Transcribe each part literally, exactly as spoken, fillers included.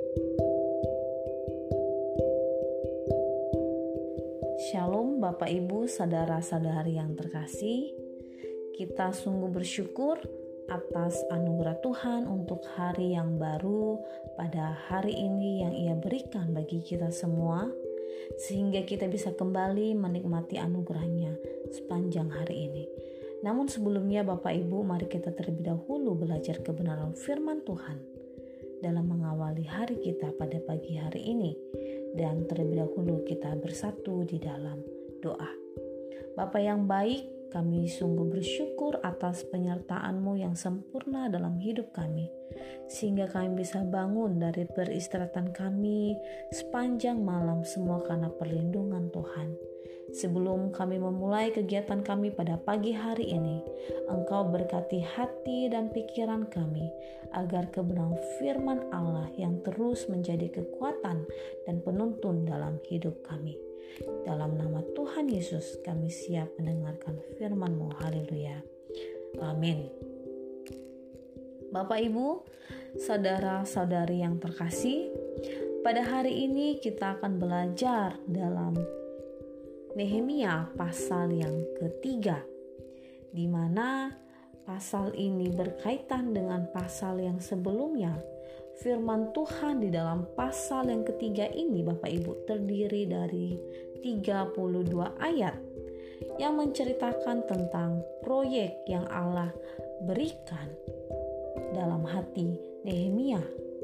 Shalom Bapak Ibu, saudara-saudari yang terkasih. Kita sungguh bersyukur atas anugerah Tuhan untuk hari yang baru pada hari ini yang Ia berikan bagi kita semua, sehingga kita bisa kembali menikmati anugerah-Nya sepanjang hari ini. Namun sebelumnya Bapak Ibu, mari kita terlebih dahulu belajar kebenaran firman Tuhan dalam mengawali hari kita pada pagi hari ini. Dan terlebih dahulu kita bersatu di dalam doa. Bapa yang baik, kami sungguh bersyukur atas penyertaan-Mu yang sempurna dalam hidup kami, sehingga kami bisa bangun dari peristirahatan kami sepanjang malam semua karena perlindungan Tuhan. Sebelum kami memulai kegiatan kami pada pagi hari ini, Engkau berkati hati dan pikiran kami, agar kebenaran firman Allah yang terus menjadi kekuatan dan penuntun dalam hidup kami. Dalam nama Tuhan Yesus, kami siap mendengarkan firman-Mu. Haleluya. Amin. Bapak Ibu, saudara-saudari yang terkasih, pada hari ini kita akan belajar dalam Nehemia pasal yang ketiga, di mana pasal ini berkaitan dengan pasal yang sebelumnya. Firman Tuhan di dalam pasal yang ketiga ini Bapak Ibu terdiri dari tiga puluh dua ayat yang menceritakan tentang proyek yang Allah berikan dalam hati Nehemia.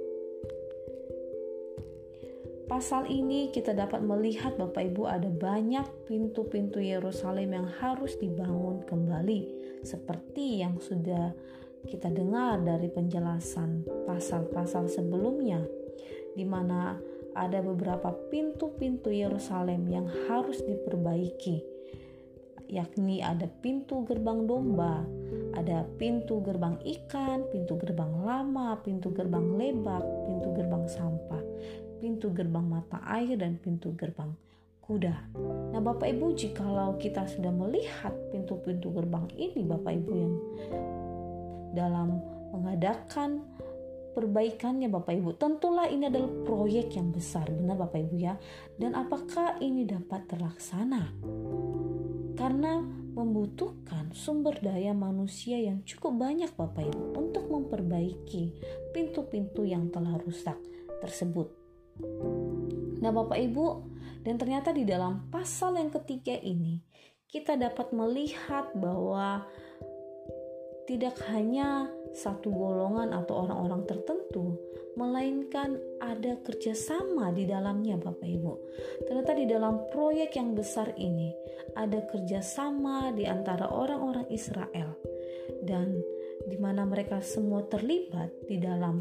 Pasal ini kita dapat melihat Bapak Ibu ada banyak pintu-pintu Yerusalem yang harus dibangun kembali, seperti yang sudah kita dengar dari penjelasan pasal-pasal sebelumnya, di mana ada beberapa pintu-pintu Yerusalem yang harus diperbaiki, yakni ada pintu gerbang domba, ada pintu gerbang ikan, pintu gerbang lama, pintu gerbang lebak, pintu gerbang sampah, pintu gerbang mata air, dan pintu gerbang kuda. Nah Bapak Ibu, jikalau kita sudah melihat pintu-pintu gerbang ini Bapak Ibu yang dalam mengadakan perbaikannya Bapak Ibu, tentulah ini adalah proyek yang besar, benar Bapak Ibu ya. Dan apakah ini dapat terlaksana? Karena membutuhkan sumber daya manusia yang cukup banyak Bapak Ibu untuk memperbaiki pintu-pintu yang telah rusak tersebut. Nah Bapak Ibu, dan ternyata di dalam pasal yang ketiga ini kita dapat melihat bahwa tidak hanya satu golongan atau orang-orang tertentu, melainkan ada kerjasama di dalamnya Bapak Ibu. Ternyata di dalam proyek yang besar ini ada kerjasama di antara orang-orang Israel, dan di mana mereka semua terlibat di dalam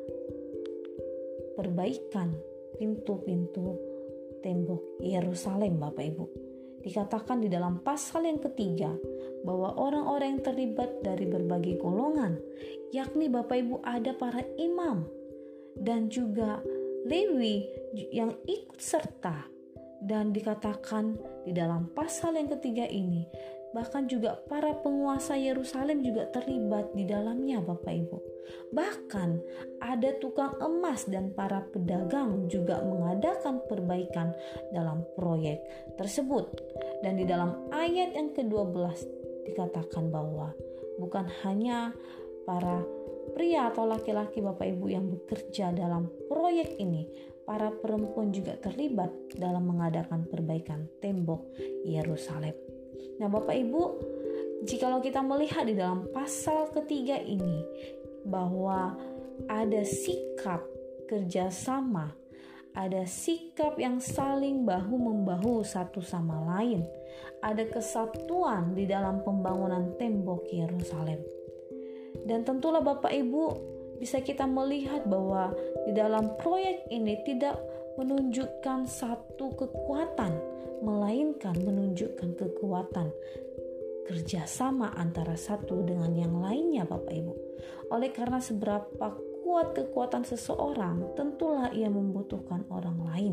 perbaikan pintu-pintu tembok Yerusalem Bapak Ibu. Dikatakan di dalam pasal yang ketiga bahwa orang-orang yang terlibat dari berbagai golongan, yakni Bapak Ibu ada para imam dan juga Lewi yang ikut serta. Dan dikatakan di dalam pasal yang ketiga ini bahkan juga para penguasa Yerusalem juga terlibat di dalamnya Bapak Ibu. Bahkan ada tukang emas dan para pedagang juga mengadakan perbaikan dalam proyek tersebut. Dan di dalam ayat yang kedua belas dikatakan bahwa bukan hanya para pria atau laki-laki Bapak Ibu yang bekerja dalam proyek ini, para perempuan juga terlibat dalam mengadakan perbaikan tembok Yerusalem. Nah Bapak Ibu, jikalau kita melihat di dalam pasal ketiga ini bahwa ada sikap kerjasama, ada sikap yang saling bahu-membahu satu sama lain, ada kesatuan di dalam pembangunan tembok Yerusalem. Dan tentulah Bapak Ibu bisa kita melihat bahwa di dalam proyek ini tidak menunjukkan satu kekuatan, melainkan menunjukkan kekuatan kerjasama antara satu dengan yang lainnya Bapak Ibu. Oleh karena seberapa kuat kekuatan seseorang, tentulah ia membutuhkan orang lain.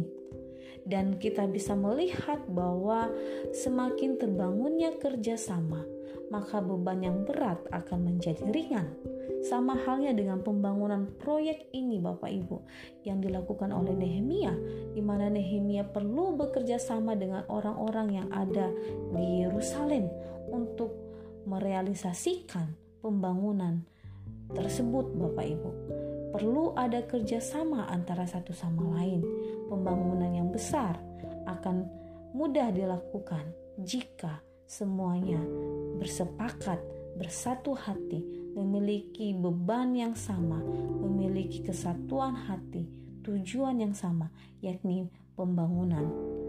Dan kita bisa melihat bahwa semakin terbangunnya kerjasama, maka beban yang berat akan menjadi ringan. Sama halnya dengan pembangunan proyek ini Bapak Ibu yang dilakukan oleh Nehemia, di mana Nehemia perlu bekerja sama dengan orang-orang yang ada di Yerusalem untuk merealisasikan pembangunan tersebut Bapak Ibu. Perlu ada kerjasama antara satu sama lain. Pembangunan yang besar akan mudah dilakukan jika semuanya bersepakat, bersatu hati, memiliki beban yang sama, memiliki kesatuan hati, tujuan yang sama, yakni pembangunan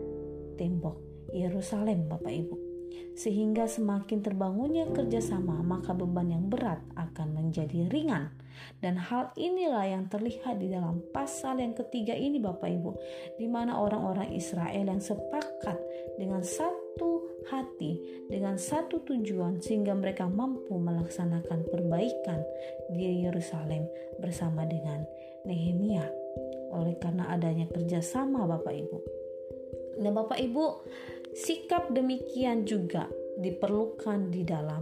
tembok Yerusalem Bapak Ibu. Sehingga semakin terbangunnya kerjasama, maka beban yang berat akan menjadi ringan. Dan hal inilah yang terlihat di dalam pasal yang ketiga ini Bapak Ibu, di mana orang-orang Israel yang sepakat dengan satu hati, dengan satu tujuan, sehingga mereka mampu melaksanakan perbaikan di Yerusalem bersama dengan Nehemia. Oleh karena adanya kerjasama Bapak Ibu. Nah Bapak Ibu, sikap demikian juga diperlukan di dalam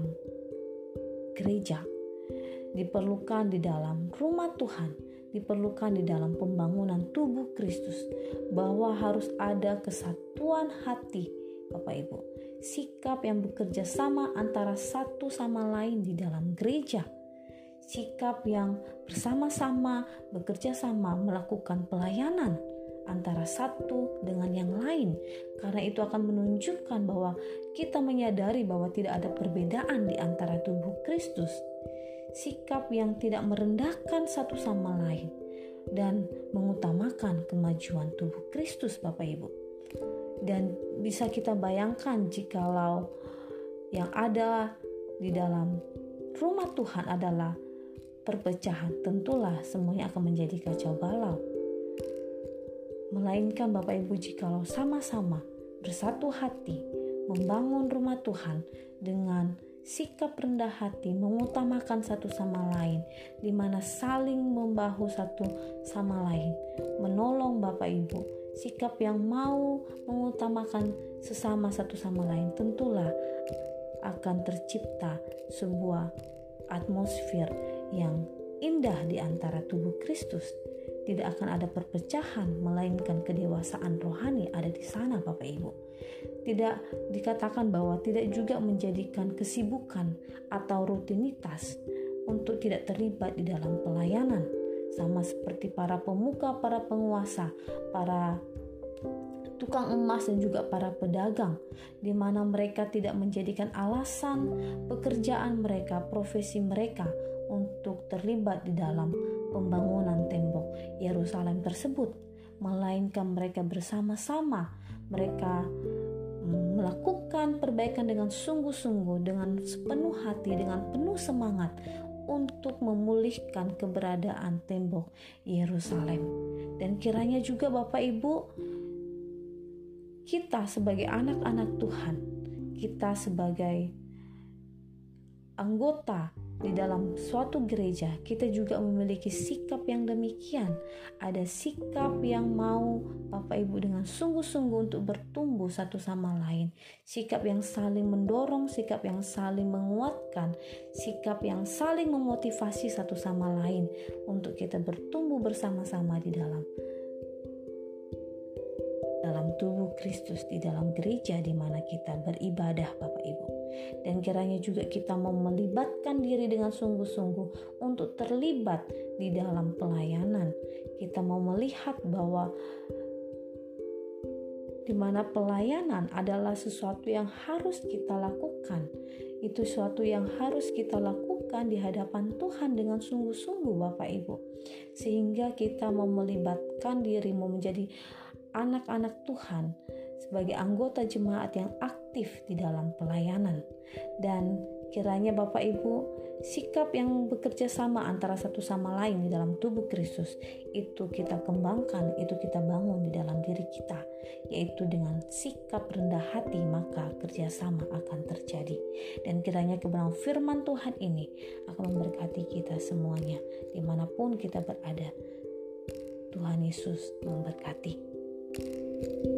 gereja, diperlukan di dalam rumah Tuhan, diperlukan di dalam pembangunan tubuh Kristus, bahwa harus ada kesatuan hati Bapak Ibu, sikap yang bekerja sama antara satu sama lain di dalam gereja, sikap yang bersama-sama bekerja sama melakukan pelayanan antara satu dengan yang lain, karena itu akan menunjukkan bahwa kita menyadari bahwa tidak ada perbedaan di antara tubuh Kristus. Sikap yang tidak merendahkan satu sama lain dan mengutamakan kemajuan tubuh Kristus Bapak Ibu. Dan bisa kita bayangkan jikalau yang ada di dalam rumah Tuhan adalah perpecahan, tentulah semuanya akan menjadi kacau balau. Melainkan Bapak Ibu, jikalau sama-sama bersatu hati membangun rumah Tuhan dengan sikap rendah hati, mengutamakan satu sama lain, di mana saling membahu satu sama lain, menolong Bapak Ibu, sikap yang mau mengutamakan sesama satu sama lain, tentulah akan tercipta sebuah atmosfer yang indah di antara tubuh Kristus. Tidak akan ada perpecahan, melainkan kedewasaan rohani ada di sana Bapak Ibu. Tidak dikatakan bahwa tidak juga menjadikan kesibukan atau rutinitas untuk tidak terlibat di dalam pelayanan, sama seperti para pemuka, para penguasa, para tukang emas dan juga para pedagang, di mana mereka tidak menjadikan alasan pekerjaan mereka, profesi mereka untuk terlibat di dalam pembangunan tembok Yerusalem tersebut, melainkan mereka bersama-sama mereka melakukan perbaikan dengan sungguh-sungguh, dengan sepenuh hati, dengan penuh semangat untuk memulihkan keberadaan tembok Yerusalem. Dan kiranya juga Bapak Ibu, kita sebagai anak-anak Tuhan, kita sebagai anggota di dalam suatu gereja, kita juga memiliki sikap yang demikian. Ada sikap yang mau Bapak Ibu dengan sungguh-sungguh untuk bertumbuh satu sama lain, sikap yang saling mendorong, sikap yang saling menguatkan, sikap yang saling memotivasi satu sama lain untuk kita bertumbuh bersama-sama di dalam dalam tubuh Kristus, di dalam gereja di mana kita beribadah Bapak Ibu. Dan kiranya juga kita mau melibatkan diri dengan sungguh-sungguh untuk terlibat di dalam pelayanan. Kita mau melihat bahwa di mana pelayanan adalah sesuatu yang harus kita lakukan. Itu sesuatu yang harus kita lakukan di hadapan Tuhan dengan sungguh-sungguh Bapak Ibu. Sehingga kita mau melibatkan diri, mau menjadi anak-anak Tuhan sebagai anggota jemaat yang aktif di dalam pelayanan. Dan kiranya Bapak Ibu, sikap yang bekerja sama antara satu sama lain di dalam tubuh Kristus itu kita kembangkan, itu kita bangun di dalam diri kita, yaitu dengan sikap rendah hati, maka kerjasama akan terjadi. Dan kiranya kebenaran firman Tuhan ini akan memberkati kita semuanya dimanapun kita berada. Tuhan Yesus memberkati.